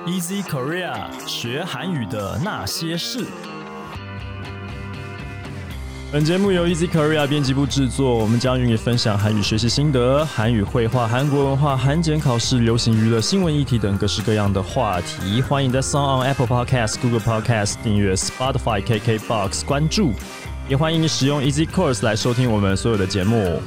Easy Korea 学韩语的那些事。本节目由 Easy Korea 编辑部制作，我们将与你分享韩语学习心得、韩语绘画、韩国文化、韩检考试、流行娱乐、新闻议题等各式各样的话题。欢迎在 SoundOn、Apple Podcast、Google Podcast 订阅 Spotify、KKBox 关注，也欢迎你使用 Easy Course 来收听我们所有的节目。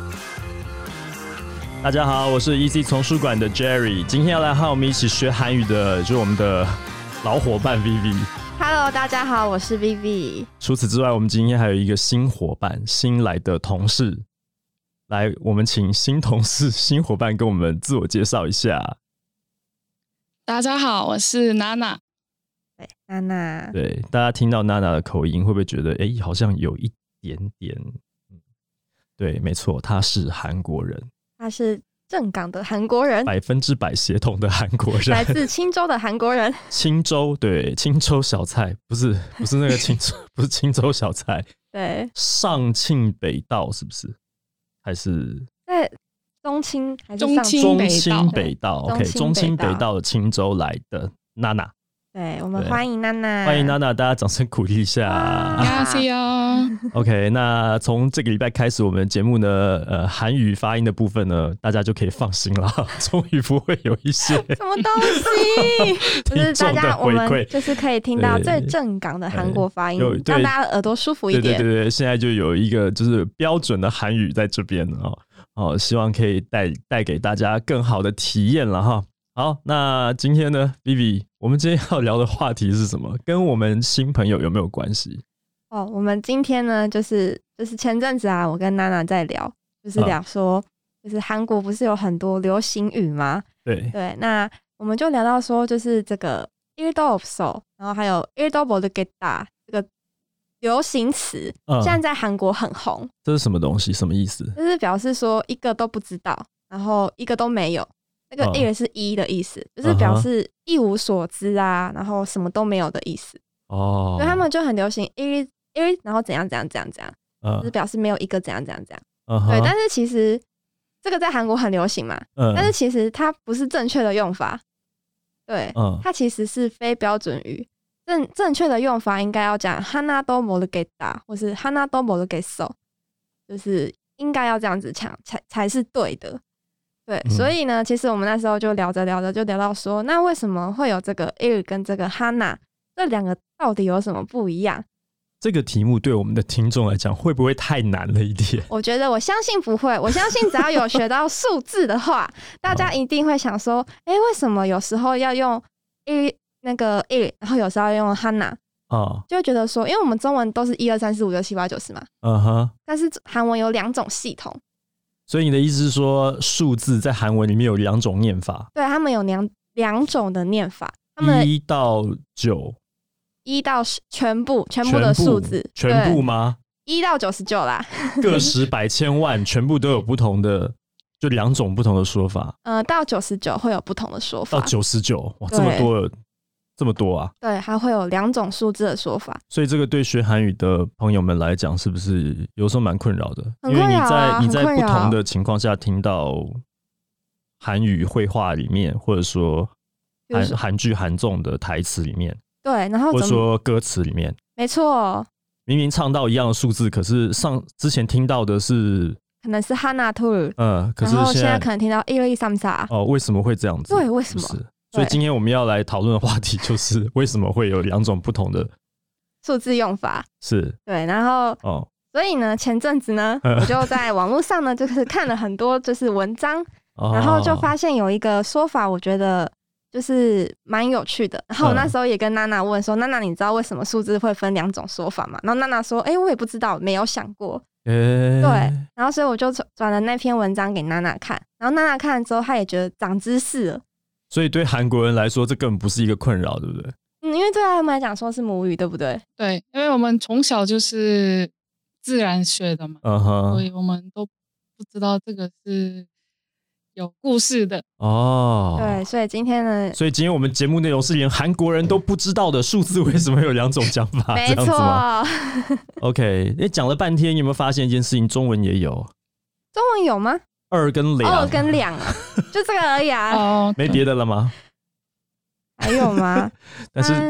大家好，我是 Easy 丛书馆的 Jerry， 今天要来和我们一起学韩语的就是我们的老伙伴 Vivi。Hello， 大家好，我是 Vivi。 除此之外，我们今天还有一个新伙伴，新来的同事。来，我们请新同事、新伙伴跟我们自我介绍一下。 大家好，我是娜娜。 对，娜娜。 对，大家听到娜娜的口音，会不会觉得，好像有一点点？对，没错，她是韩国人。 他是正港的韩国人 ，100%协同的韩国人， 来自青州的韩国人。 青州，对，青州小菜，不是那个青州，不是青州小菜。 对， 上庆北道是不是？还是在中清还是中清北道 ？OK， 中清北道的青州来的娜娜。 对，我们欢迎娜娜， 欢迎娜娜，大家掌声鼓励一下。OK， 那从这个礼拜开始，我们的节目呢，韩语发音的部分呢，大家就可以放心了，终于不会有一些什么东西，就是大家我们就是可以听到最正港的韩国发音，让大家耳朵舒服一点。 对，现在就有一个就是标准的韩语在这边哦，希望可以带给大家更好的体验了哈。好，那今天呢 Vivi， 我们今天要聊的话题是什么？跟我们新朋友有没有关系？ 我们今天呢，就是前阵子我跟娜娜在聊，就是聊说，就是韩国不是有很多流行语吗？对，那我们就聊到说，就是这个일도없어，然后还有일도모르겠다这个流行词，现在在韩国很红。 这是什么东西？什么意思？ 就是表示说一个都不知道，然后一个都没有。那个一是一的意思，就是表示一无所知啊，然后什么都没有的意思。所以他们就很流行一，然后怎样，就是表示没有一个怎样。对，但是其实这个在韩国很流行嘛，但是其实它不是正确的用法。对，它其实是非标准语。正确的用法应该要讲하나도 모르겠다，或是하나도 모르겠어，就是应该要这样子讲才是对的。对，所以呢，其实我们那时候就聊着就聊到说，那为什么会有这个 il 跟这个 hana 这两个到底有什么不一样？ 这个题目对我们的听众来讲，会不会太难了一点？ 我觉得我相信不会，我相信只要有学到数字的话，大家一定会想说，为什么有时候要用 il 那个 il， 然后有时候要用 hana？就会觉得说，因为我们中文都是1、2、3、4、5、6、7、8、9、10嘛，但是韩文有2种系统。所以你的意思是说，数字在韩文里面有2种念法？ 对，他们有两种的念法。他们1到9，1 到全部的数字， 全部吗 ？1到99啦， 个十百千万，全部都有不同的，就2种不同的说法。 到99会有不同的说法。 到99，哇，这么多啊！ 对，还会有2种数字的说法。 所以这个对学韩语的朋友们来讲，是不是有时候蛮困扰的？ 很困扰啊， 因为你在不同的情况下听到韩语绘画里面，或者说韩剧韩综的台词里面， 对，然后或者说歌词里面， 没错， 明明唱到一样的数字，可是之前听到的是可能是하나 둘， 可是现在可能听到1、2、3、4。 为什么会这样子？ 对，为什么？ 所以今天我们要来讨论的话题就是为什么会有2种不同的数字用法。 是， 对，然后所以呢，前阵子呢，我就在网络上呢，就是看了很多就是文章，然后就发现有一个说法，我觉得就是蛮有趣的。然后我那时候也跟娜娜问说，娜娜你知道为什么数字会分2种说法吗？然后娜娜说，我也不知道，没有想过。对，然后所以我就转了那篇文章给娜娜看，然后娜娜看了之后，她也觉得长知识了。 所以对韩国人来说，这根本不是一个困扰，对不对？ 因为对他们来讲说是母语，对不对？ 对，因为我们从小就是自然学的嘛，所以我们都不知道这个是有故事的。 对，所以今天我们节目内容是连韩国人都不知道的数字为什么有2种讲法， 没错。 这样子吗？OK， 讲了半天，有没有发现一件事情？中文也有。 中文有吗 ？2跟2，2 跟2，就这个而已啊。 没别的了吗？ 还还有吗？ 但是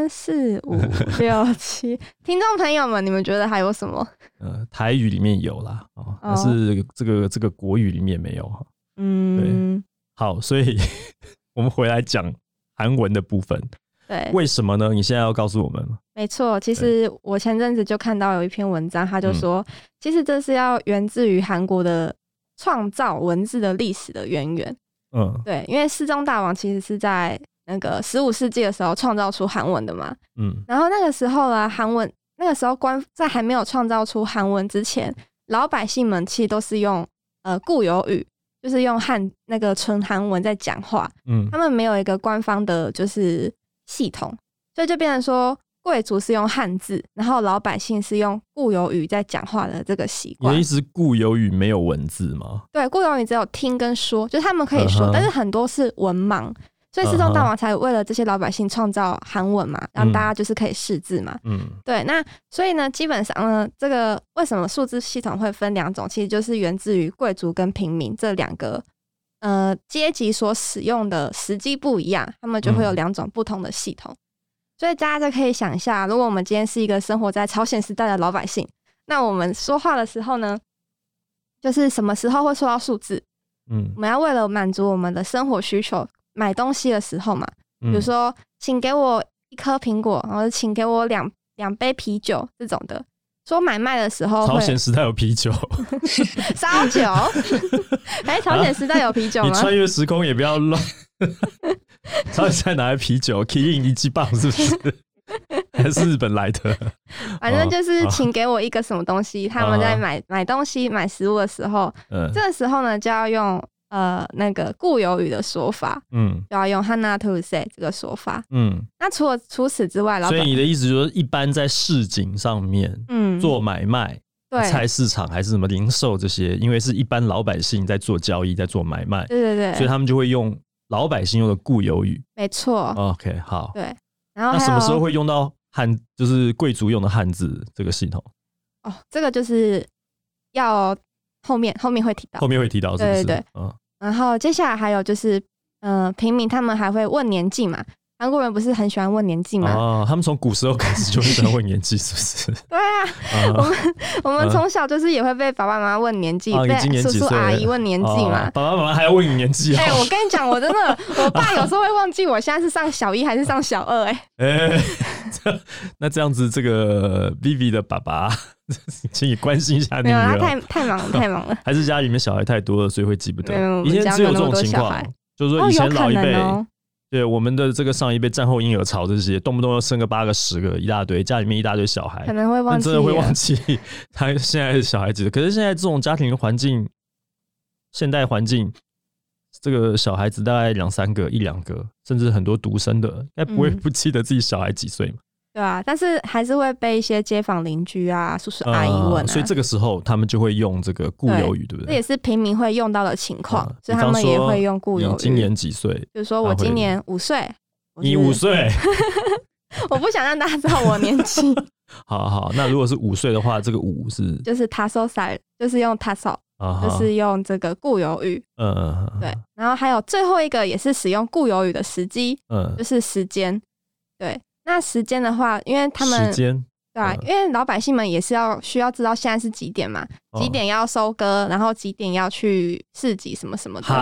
3、4、5、6、7，听众朋友们，你们觉得还有什么？ 台语里面有啦，但是这个国语里面没有。对，好，所以我们回来讲韩文的部分。对，为什么呢？你现在要告诉我们吗？ 没错，其实我前阵子就看到有一篇文章，他就说，其实这是要源自于韩国的创造文字的历史的渊源。对，因为世宗大王其实是在那个15世纪的时候创造出韩文的嘛。然后那个时候啦，韩文那个时候在还没有创造出韩文之前，老百姓们其实都是用固有语，就是用那个纯韩文在讲话。他们没有一个官方的就是系统，所以就变成说贵族是用汉字，然后老百姓是用固有语在讲话的这个习惯。 你的意思固有语没有文字吗？ 对，固有语只有听跟说，就是他们可以说，但是很多是文盲，所以世宗大王才为了这些老百姓创造韩文嘛，让大家就是可以识字嘛。对，那所以呢，基本上呢，这个为什么数字系统会分2种，其实就是源自于贵族跟平民这2个阶级所使用的时机不一样，他们就会有2种不同的系统。所以大家就可以想一下，如果我们今天是一个生活在朝鲜时代的老百姓，那我们说话的时候呢，就是什么时候会说到数字？我们要为了满足我们的生活需求，买东西的时候嘛，比如说请给我1颗苹果，然后请给我2杯啤酒这种的。说买卖的时候， 朝鲜时代有啤酒， 烧酒。朝鲜时代有啤酒吗？ 你穿越时空也不要乱。朝鲜时代拿来啤酒 ，Kirin 一击棒是不是？还是日本来的？ 反正就是请给我一个什么东西，他们在买东西、买食物的时候，这个时候呢就要用那个固有语的说法，就要用 hana to say 这个说法。那除此之外， 所以你的意思就是，一般在市井上面，做买卖，菜市场还是什么零售这些，因为是一般老百姓在做交易，在做买卖， 对， 所以他们就会用老百姓用的固有语。 没错。 OK， 好。 对，然后那什么时候会用到就是贵族用的汉字这个系统？ 这个就是要后面会提到，是不是？对。然后接下来还有就是，平民他们还会问年纪嘛。韩国人不是很喜欢问年纪吗？ 他们从古时候开始就会喜欢问年纪，是不是？ 对啊，我们从小就是也会被爸爸妈妈问年纪，被叔叔阿姨问年纪嘛。 爸爸妈妈还要问你年纪？ 我跟你讲，我真的，我爸有时候会忘记我现在是上小1还是上小2。 那这样子，这个 Vivi 的爸爸，请你关心一下你。 没有，他太忙了。 还是家里面小孩太多了，所以会记不得？以前只有这种情况，就是说以前老一辈。对，我们的这个上一辈战后婴儿潮这些，动不动要生个8个10个一大堆，家里面一大堆小孩， 可能会忘记， 真的会忘记他现在的小孩子。可是现在这种家庭环境，现代环境，这个小孩子大概2、3个、1、2个，甚至很多独生的，应该不会不记得自己小孩几岁嘛？ 对啊，但是还是会被一些街坊邻居啊、叔叔阿姨问所以这个时候他们就会用这个固有语，对不对？ 这也是平民会用到的情况，所以他们也会用固有语。 你今年几岁？ 比如说我今年5岁。 你5岁？ 我不想让大家知道我年纪。 好，那如果是5岁的话，这个5是就是taso，就是用taso，就是用这个固有语。对。然后还有最后一个也是使用固有语的时机，就是时间。对。那时间的话，因为他们时间对啊，因为老百姓们也是需要知道现在是几点嘛，几点要收割，然后几点要去市集什么什么的。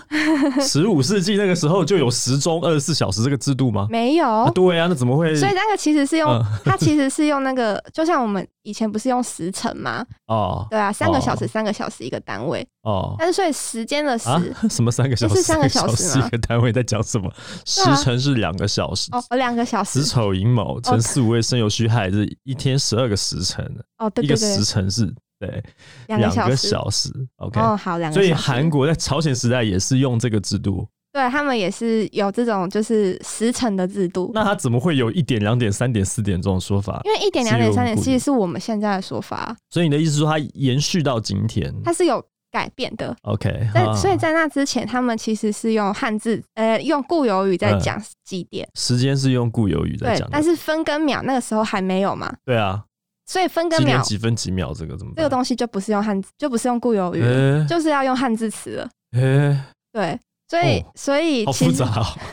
15世纪那个时候就有时钟24小时这个制度吗？ 没有。 对啊，那怎么会？ 所以那个其实是用，它其实是用那个，就像我们以前不是用时辰吗？对啊，3个小时3个小时一个单位。但是所以时间的什么3个小时？ 是3个小时一个单位在讲什么？时辰是2个小时。 2个小时。 子丑寅卯辰巳午未申酉戌亥是一天12个时辰。 对， 一个时辰是对2个小时。OK， 好，2个小时。 所以韩国在朝鲜时代也是用这个制度。 对，他们也是有这种就是时辰的制度。 那他怎么会有1点、2点、3点、4点这种说法？ 因为1点、2点、3点其实是我们现在的说法。 所以你的意思是说，它延续到今天， 它是有改变的。 OK， 所以在那之前，他们其实是用汉字，用固有语在讲几点， 时间是用固有语在讲的。 但是分跟秒那个时候还没有嘛？ 对啊。 所以分跟秒几分几秒这个怎么办？ 这个东西就不是用汉字，就不是用固有语，就是要用汉字词了。对，所以好复杂哦。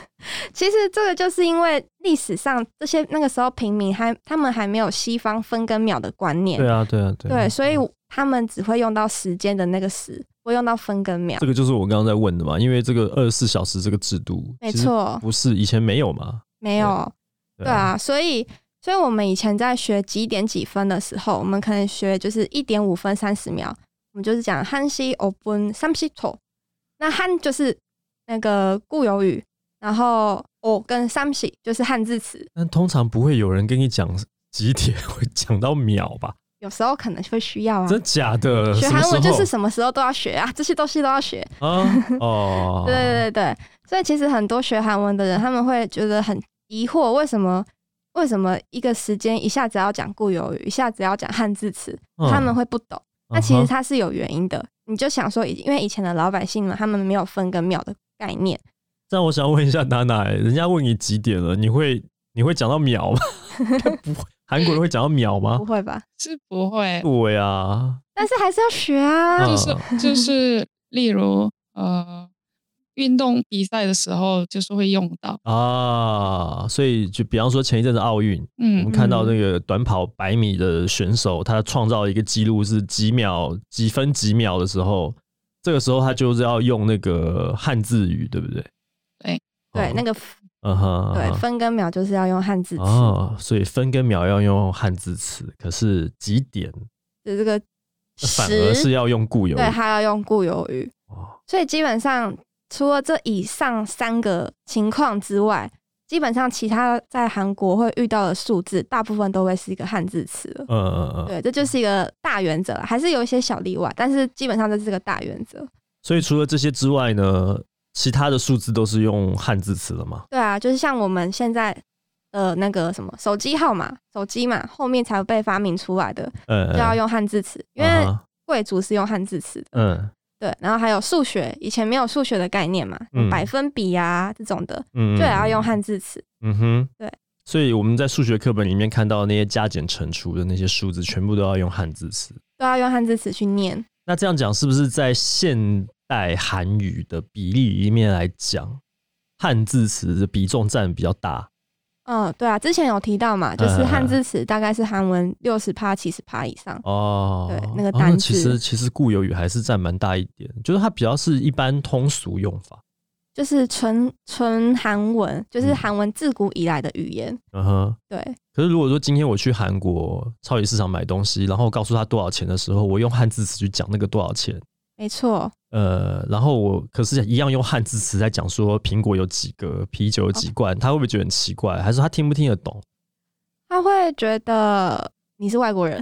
其实这个就是因为历史上这些那个时候平民他们还没有西方分跟秒的观念。 对啊， 对，所以他们只会用到时间的那个时，不会用到分跟秒。 这个就是我刚刚在问的嘛，因为这个24小时这个制度， 没错， 不是以前没有嘛？ 没有，对啊，所以我们以前在学几点几分的时候，我们可能学就是1点5分30秒，我们就是讲1시 5분 30초。那1就是那个固有语，然后5跟30就是汉字词。 但通常不会有人跟你讲几点会讲到秒吧？ 有时候可能会需要啊。 真假的？ 学韩文就是什么时候都要学啊，这些东西都要学啊。 哦， 对，所以其实很多学韩文的人，他们会觉得很疑惑，为什么一个时间一下子要讲固有语，一下子要讲汉字词，他们会不懂。那其实它是有原因的。你就想说，因为以前的老百姓们，他们没有分跟秒的概念。 这样我想问一下娜娜，人家问你几点了，你会讲到秒吗？不会，韩国人会讲到秒吗？ 不会吧？ 是不会。 对啊， 但是还是要学啊。 就是例如运动比赛的时候就是会用到啊，所以就比方说前一阵子奥运，我们看到那个短跑100米的选手，他创造一个纪录是几秒几分几秒的时候，这个时候他就是要用那个汉字语，对不对？ 对，那个对，分跟秒就是要用汉字词所以分跟秒要用汉字词，可是几点的这个反而是要用固有语， 对，他要用固有语，所以基本上。除了这以上3个情况之外，基本上其他在韩国会遇到的数字，大部分都会是一个汉字词了。对，这就是一个大原则，还是有一些小例外，但是基本上这是个大原则。 所以除了这些之外呢，其他的数字都是用汉字词了吗？ 对啊，就是像我们现在的那个什么手机号码，手机嘛，后面才被发明出来的，就要用汉字词，因为贵族是用汉字词的。对，然后还有数学，以前没有数学的概念嘛，百分比啊这种的，就也要用汉字词。对， 所以我们在数学课本里面看到那些加减乘除的那些数字，全部都要用汉字词， 都要用汉字词去念。 那这样讲，是不是在现代韩语的比例里面来讲，汉字词的比重占比较大？ 对啊，之前有提到嘛，就是汉字词大概是韩文60%、70%以上。对，那个单字。 其实固有语还是占蛮大一点，就是它比较是一般通俗用法， 就是纯韩文，就是韩文自古以来的语言。对。 可是如果说今天我去韩国超级市场买东西，然后告诉他多少钱的时候，我用汉字词去讲那个多少钱。 没错。 然后我可是一样用汉字词在讲说苹果有几个，啤酒有几罐，他会不会觉得很奇怪？还是他听不听得懂？ 他会觉得你是外国人。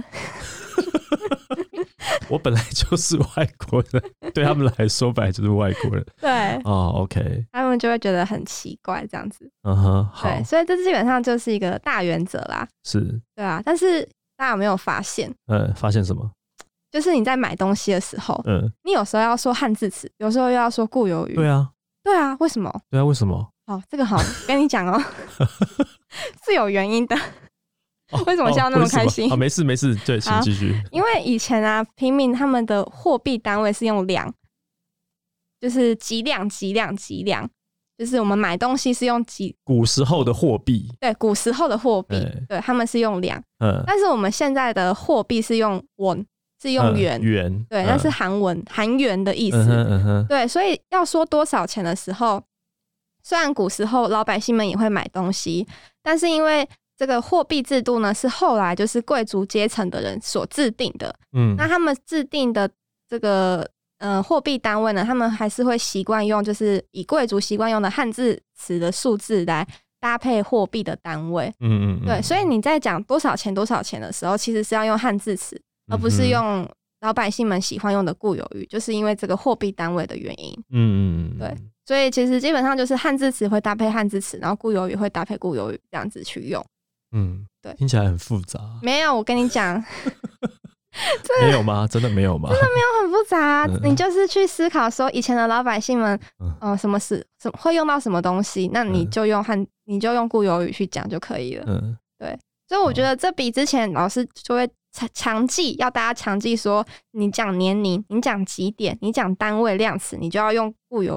我本来就是外国人，对他们来说本来就是外国人。 对 ，OK， 他们就会觉得很奇怪这样子。 好。 对，所以这基本上就是一个大原则啦。 是。 对啊，但是大家有没有发现？ 发现什么？ 就是你在买东西的时候，你有时候要说汉字词，有时候又要说固有语。 对啊， 为什么？ 对啊，为什么？ 这个好，跟你讲哦，是有原因的。为什么笑那么开心？ 没事，对，请继续。 因为以前啊，平民他们的货币单位是用两，就是几两，就是我们买东西是用几。 古时候的货币。 对，古时候的货币，对，他们是用两。但是我们现在的货币是用won。是用元，对，那是韩元的意思。对，所以要说多少钱的时候，虽然古时候老百姓们也会买东西，但是因为这个货币制度呢，是后来就是贵族阶层的人所制定的。那他们制定的这个货币单位呢，他们还是会习惯用就是以贵族习惯用的汉字词的数字来搭配货币的单位。对，所以你在讲多少钱的时候，其实是要用汉字词。而不是用老百姓们喜欢用的固有语，就是因为这个货币单位的原因。对，所以其实基本上就是汉字词会搭配汉字词，然后固有语会搭配固有语，这样子去用。对， 听起来很复杂。 没有，我跟你讲， 没有吗？真的没有吗？ 真的没有很复杂。你就是去思考说，以前的老百姓们，什么会用到什么东西，那你就用固有语去讲就可以了。对，所以我觉得这比之前老师就会要大家强记说，你讲年龄，你讲几点，你讲单位量词，你就要用固有语。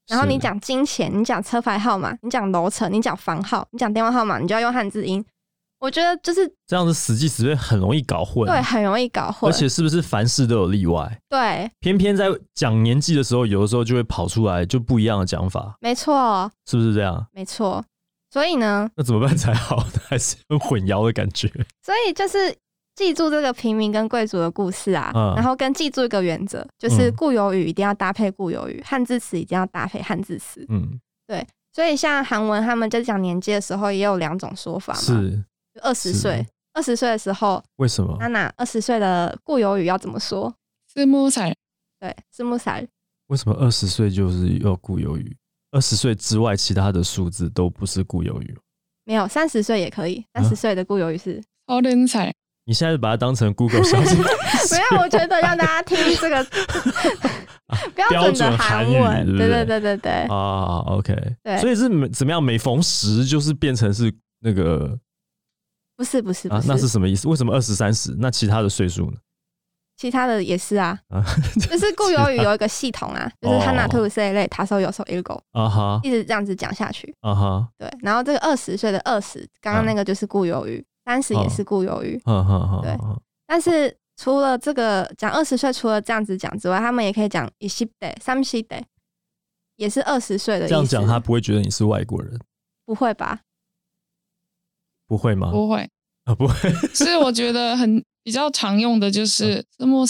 然后你讲金钱，你讲车牌号码，你讲楼层，你讲房号，你讲电话号码，你就要用汉字音。我觉得就是这样子，死记死背很容易搞混。 对，很容易搞混。 而且是不是凡事都有例外？ 对， 偏偏在讲年纪的时候，有的时候就会跑出来就不一样的讲法。 没错， 是不是这样？ 没错。所以呢， 那怎么办才好？还是很混淆的感觉。 所以就是记住这个平民跟贵族的故事啊，然后跟记住一个原则，就是固有语一定要搭配固有语，汉字词一定要搭配汉字词。对。所以像韩文他们在讲年纪的时候，也有2种说法嘛。是。20岁，20岁的时候， 为什么？ 那20岁的固有语要怎么说 ？20살。 对，20살。 为什么20岁就是要固有语？20岁之外，其他的数字都不是固有语？ 没有，30岁也可以。30岁的固有语是 30살。 你现在把它当成 Google 小姐？ 没有，我觉得让大家听这个标准的韩文，对对对对对。 啊 ，OK。 对， 所以是怎么样？每逢10就是变成是那个。 不是， 那是什么意思？为什么20、30？那其他的岁数呢？ 其他的也是啊，就是固有语有一个系统啊，就是하나 둘 셋 넷 다섯 여섯 일곱，一直这样子讲下去。对，然后这个20岁的20，刚刚那个就是固有语，30也是固有语。对，但是除了这个讲20岁，除了这样子讲之外，他们也可以讲20대、30대，也是20岁的意思。 这样讲，他不会觉得你是外国人？ 不会吧？ 不会吗？ 不会啊，不会。 是我觉得比较常用的就是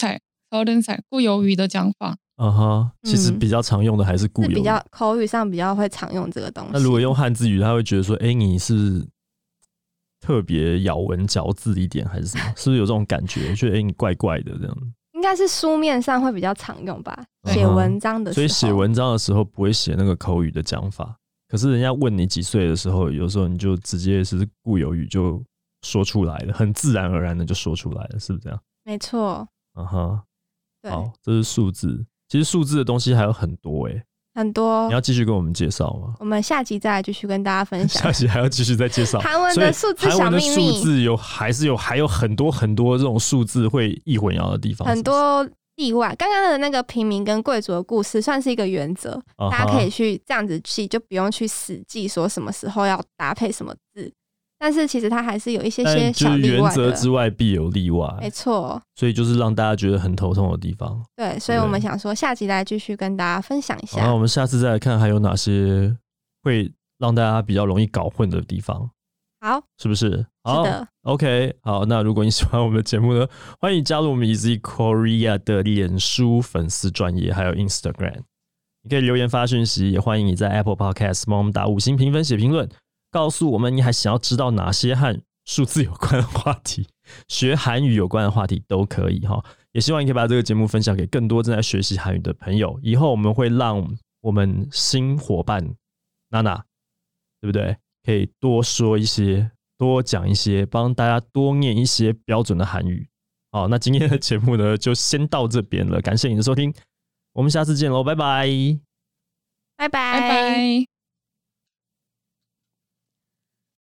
20살、30살固有语的讲法。 其实比较常用的还是固有语， 比较口语上比较会常用这个东西。 那如果用汉字语，他会觉得说，你是特别咬文嚼字一点，还是什么？是不是有这种感觉？觉得你怪怪的这样？ 应该是书面上会比较常用吧，写文章的时候。 所以写文章的时候不会写那个口语的讲法。可是人家问你几岁的时候，有时候你就直接是固有语就说出来了，很自然而然的就说出来了，是不是这样？ 没错。对。 好，这是数字。其实数字的东西还有很多很多。 你要继续跟我们介绍吗？ 我们下集再来继续跟大家分享。 下集还要继续再介绍韩文的数字小秘密。 韩文的数字还有很多很多这种数字会易混淆的地方， 很多例外。刚刚的那个平民跟贵族的故事算是一个原则，大家可以去这样子记，就不用去死记说什么时候要搭配什么字。但是其实它还是有一些小例外的， 就是原则之外必有例外， 没错。 所以就是让大家觉得很头痛的地方。 对，所以我们想说下集来继续跟大家分享一下。 那我们下次再来看还有哪些会让大家比较容易搞混的地方。 好， 是不是？好， 是的。 OK， 好，那如果你喜欢我们的节目呢，欢迎加入我们 Easy Korea 的脸书粉丝专页，还有 Instagram。你可以留言发讯息，也欢迎你在 Apple Podcast 帮我们打5星评分、写评论，告诉我们你还想要知道哪些和数字有关的话题，学韩语有关的话题都可以哈。也希望你可以把这个节目分享给更多正在学习韩语的朋友。以后我们会让我们新伙伴娜娜，对不对？可以多说一些，多讲一些，帮大家多念一些标准的韩语。好，那今天的节目呢，就先到这边了。感谢你的收听，我们下次见喽，拜拜， 拜拜， 拜拜。